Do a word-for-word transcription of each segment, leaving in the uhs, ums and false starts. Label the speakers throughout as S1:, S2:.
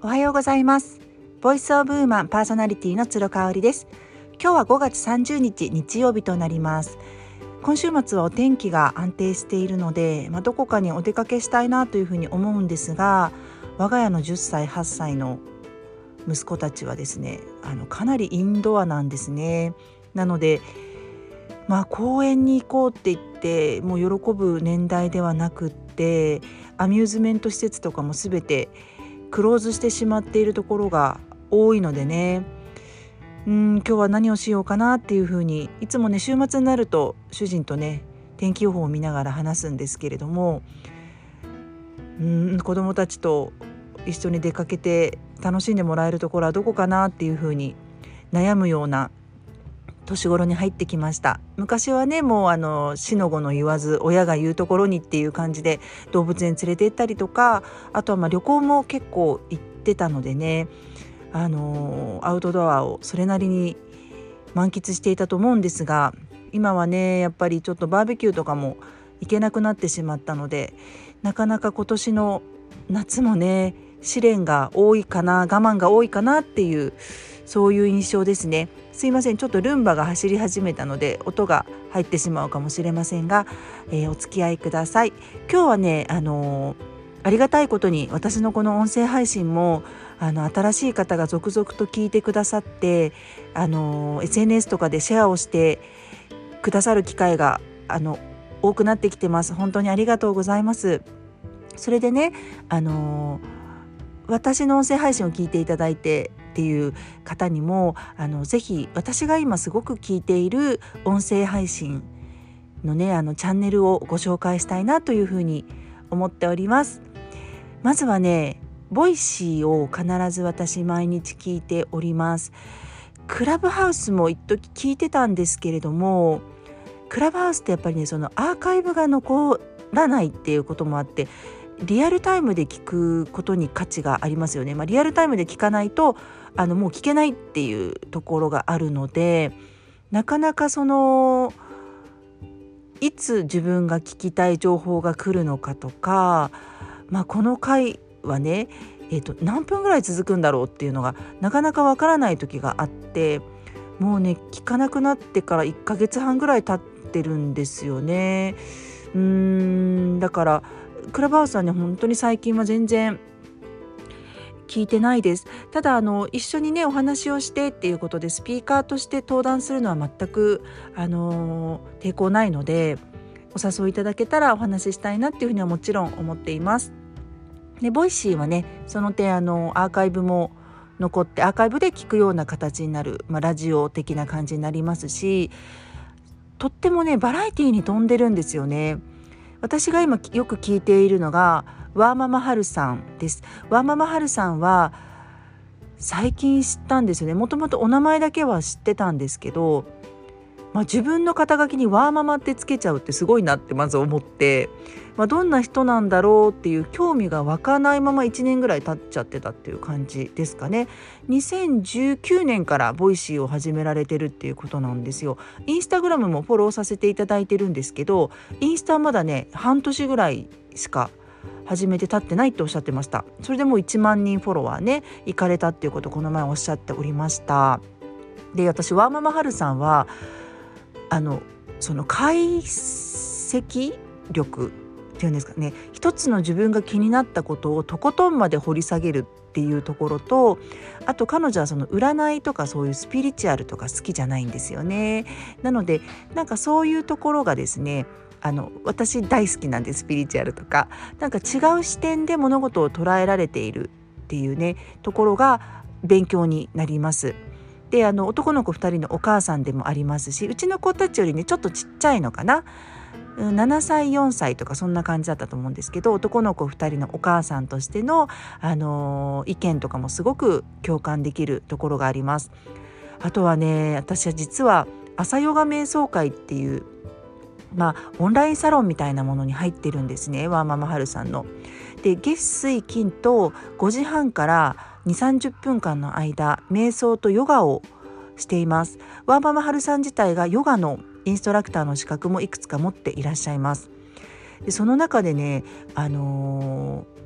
S1: おはようございます。ボイスオブウーマンパーソナリティの鶴香織です。今日はごがつさんじゅうにち日曜日となります。今週末はお天気が安定しているので、まあ、どこかにお出かけしたいなというふうに思うんですが、我が家のじゅっさいはっさいの息子たちはですね、あのかなりインドアなんですね。なのでまあ公園に行こうって言ってもう喜ぶ年代ではなくって、アミューズメント施設とかも全てクローズしてしまっているところが多いのでね、うん今日は何をしようかなっていうふうに、いつもね週末になると主人とね天気予報を見ながら話すんですけれども、うん子供たちと一緒に出かけて楽しんでもらえるところはどこかなっていうふうに悩むような年頃に入ってきました。昔はねもうあの死の子の言わず親が言うところにっていう感じで動物園連れて行ったりとか、あとはまあ旅行も結構行ってたのでね、あのアウトドアをそれなりに満喫していたと思うんですが、今はねやっぱりちょっとバーベキューとかも行けなくなってしまったので、なかなか今年の夏もね試練が多いかな、我慢が多いかなっていう、そういう印象ですね。すいません、ちょっとルンバが走り始めたので音が入ってしまうかもしれませんが、えー、お付き合いください。今日はね、あのー、ありがたいことに私のこの音声配信もあの新しい方が続々と聞いてくださって、あのー、エスエヌエス とかでシェアをしてくださる機会があの多くなってきてます。本当にありがとうございます。それでね、あのー私の音声配信を聞いていただいてっていう方にも、あのぜひ私が今すごく聞いている音声配信のねあのチャンネルをご紹介したいなというふうに思っております。まずはね、ボイシーを必ず私毎日聞いております。クラブハウスも一時聞いてたんですけれども、クラブハウスってやっぱりねそのアーカイブが残らないっていうこともあって、リアルタイムで聞くことに価値がありますよね。まあ、リアルタイムで聞かないとあのもう聞けないっていうところがあるので、なかなかそのいつ自分が聞きたい情報が来るのかとか、まあ、この回はね、えーと、何分ぐらい続くんだろうっていうのがなかなかわからない時があって、もうね聞かなくなってからいっかげつはんぐらい経ってるんですよね。うーんだからクラブハウスはね本当に最近は全然聞いてないです。ただあの一緒にねお話をしてっていうことでスピーカーとして登壇するのは全くあの抵抗ないので、お誘いいただけたらお話ししたいなっていうふうにはもちろん思っています。でボイシーはねその点あのアーカイブも残って、アーカイブで聞くような形になる、まあ、ラジオ的な感じになりますし、とってもねバラエティに富んでるんですよね。私が今よく聞いているのがワーママハルさんです。ワーママハルさんは最近知ったんですよね。もともとお名前だけは知ってたんですけど、まあ、自分の肩書きにワーママってつけちゃうってすごいなってまず思って、まあ、どんな人なんだろうっていう興味が湧かないままいちねんぐらい経っちゃってたっていう感じですかね。にせんじゅうきゅうねんからボイシーを始められてるっていうことなんですよ。インスタグラムもフォローさせていただいてるんですけど、インスタはまだね半年ぐらいしか始めて経ってないっておっしゃってました。それでもういちまんにんフォロワーね行かれたっていうことをこの前おっしゃっておりました。で私ワーママハルさんはあのその解析力っていうんですかね、一つの自分が気になったことをとことんまで掘り下げるっていうところと、あと彼女はその占いとかそういうスピリチュアルとか好きじゃないんですよね。なのでなんかそういうところがですね、あの私大好きなんで、スピリチュアルとかなんか違う視点で物事を捉えられているっていうねところが勉強になります。であの男の子ふたりのお母さんでもありますし、うちの子たちよりねちょっとちっちゃいのかな、ななさいよんさいとかそんな感じだったと思うんですけど、男の子ふたりのお母さんとしての、あのー、意見とかもすごく共感できるところがあります。あとはね、私は実は朝ヨガ瞑想会っていうまあオンラインサロンみたいなものに入ってるんですね、ワーママハルさんの。で月水金とごじはんからにじゅう、さんじゅっぷんかんの間瞑想とヨガをしています。ワーママハルさん自体がヨガのインストラクターの資格もいくつか持っていらっしゃいます。でその中でね、あのー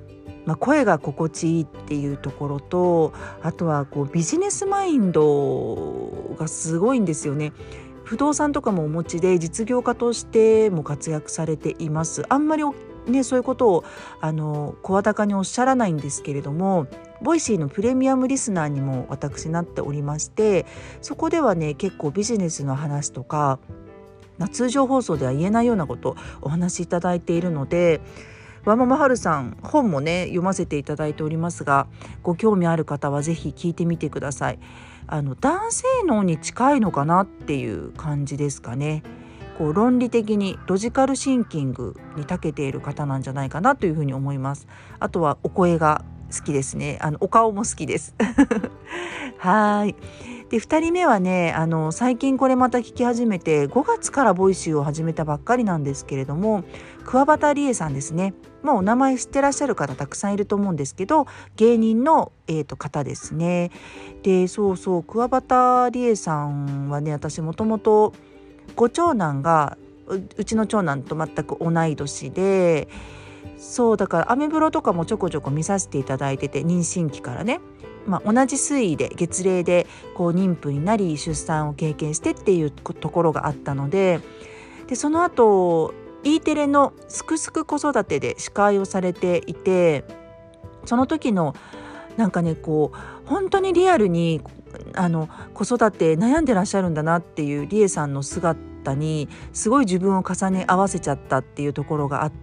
S1: まあ、声が心地いいっていうところと、あとはこうビジネスマインドがすごいんですよね。不動産とかもお持ちで実業家としても活躍されています。あんまりね、そういうことをあの声高におっしゃらないんですけれども、ボイシーのプレミアムリスナーにも私なっておりまして、そこではね結構ビジネスの話とか通常放送では言えないようなことをお話しいただいているので、ワママハルさん本もね読ませていただいておりますが、ご興味ある方はぜひ聞いてみてください。あの男性脳に近いのかなっていう感じですかね。こう論理的にロジカルシンキングに長けている方なんじゃないかなというふうに思います。あとはお声が好きですね。あのお顔も好きですはい。でふたりめはね、あの最近これまた聞き始めてごがつからボイシーを始めたばっかりなんですけれども、桑畑理恵さんですね。もうお名前知ってらっしゃる方たくさんいると思うんですけど、芸人の、えーと、方ですね。でそうそう、桑畑理恵さんはね、私もともとご長男が う, うちの長男と全く同い年で、そうだからアメブロとかもちょこちょこ見させていただいてて、妊娠期からね、まあ、同じ推移で月齢でこう妊婦になり出産を経験してっていうところがあったので、でその後 E テレのすくすく子育てで司会をされていて、その時のなんかねこう本当にリアルにあの子育て悩んでらっしゃるんだなっていう理恵さんの姿にすごい自分を重ね合わせちゃったっていうところがあって、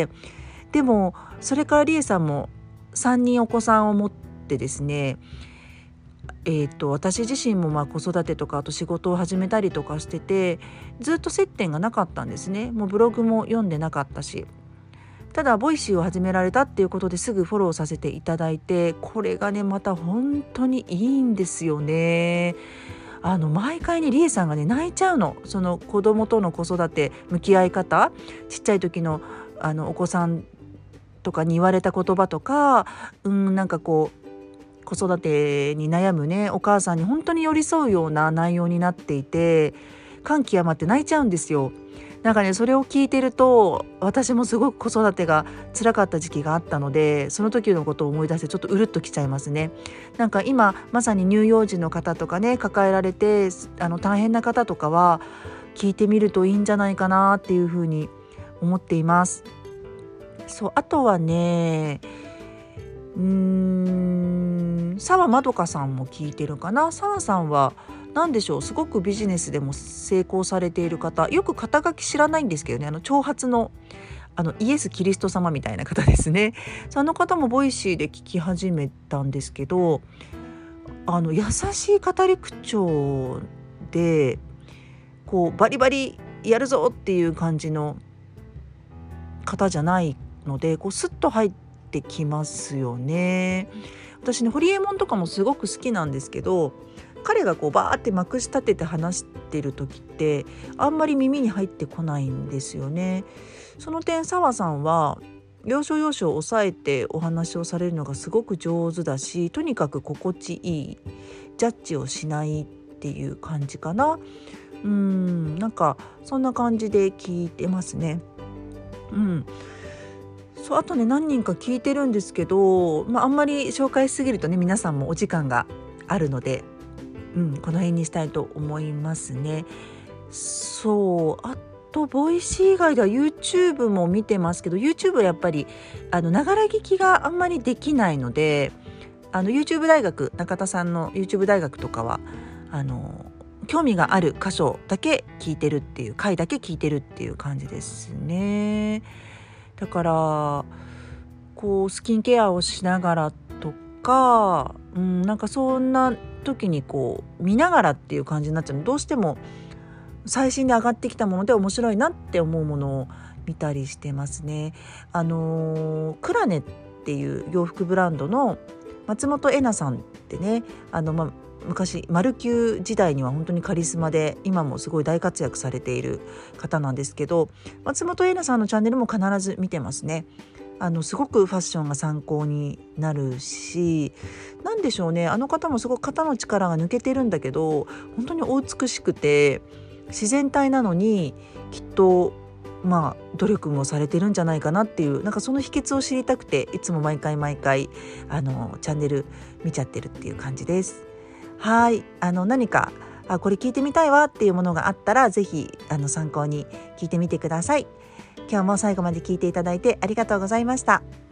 S1: でもそれから理恵さんもさんにんお子さんを持ってですね、えー、と私自身もまあ子育てとかあと仕事を始めたりとかしてて、ずっと接点がなかったんですね。もうブログも読んでなかったし、ただボイシーを始められたっていうことですぐフォローさせていただいて、これがねまた本当にいいんですよね。あの毎回ねリエさんがね泣いちゃうの。その子供との子育て向き合い方、ちっちゃい時のあのお子さんとかに言われた言葉とか、うんなんかこう子育てに悩むねお母さんに本当に寄り添うような内容になっていて、感極まって泣いちゃうんですよ。なんかねそれを聞いてると、私もすごく子育てが辛かった時期があったので、その時のことを思い出してちょっとうるっときちゃいますね。なんか今まさに乳幼児の方とかね抱えられてあの大変な方とかは聞いてみるといいんじゃないかなっていうふうに思っています。そう、あとはねうーん澤まどかさんも聞いてるかな。澤さんは何でしょう、すごくビジネスでも成功されている方、よく肩書き知らないんですけどね、あの長髪のあのイエス・キリスト様みたいな方ですね。その方もボイシーで聞き始めたんですけど、あの優しい語り口調でこうバリバリやるぞっていう感じの方じゃないので、こうスッと入ってきますよね。私ねホリエモンとかもすごく好きなんですけど、彼がこうバーってまくし立てて話してる時ってあんまり耳に入ってこないんですよね。その点澤さんは要所要所を抑えてお話をされるのがすごく上手だし、とにかく心地いい、ジャッジをしないっていう感じかな。うーんなんかそんな感じで聞いてますね。うんそうあとね何人か聞いてるんですけど、まあ、あんまり紹介しすぎるとね皆さんもお時間があるので、うん、この辺にしたいと思いますね。そうあとボイシー以外では YouTube も見てますけど、 YouTube はやっぱりあのながら聞きがあんまりできないので、あの YouTube 大学、中田さんの YouTube 大学とかはあの興味がある箇所だけ聞いてるっていう回だけ聞いてるっていう感じですね。だからこうスキンケアをしながらとか、うん、なんかそんな時にこう見ながらっていう感じになっちゃうの。どうしても最新で上がってきたもので面白いなって思うものを見たりしてますね。あのー、クラネっていう洋服ブランドの松本恵奈さんってね、あの、まあ、昔マルキュー時代には本当にカリスマで今もすごい大活躍されている方なんですけど、松本恵奈さんのチャンネルも必ず見てますね。あのすごくファッションが参考になるし、なんでしょうね、あの方もすごく肩の力が抜けてるんだけど本当にお美しくて自然体なのに、きっとまあ努力もされてるんじゃないかなっていう、なんかその秘訣を知りたくて、いつも毎回毎回あのチャンネル見ちゃってるっていう感じです。はい、あの何かあこれ聞いてみたいわっていうものがあったら、ぜひあの参考に聞いてみてください。今日も最後まで聞いていただいてありがとうございました。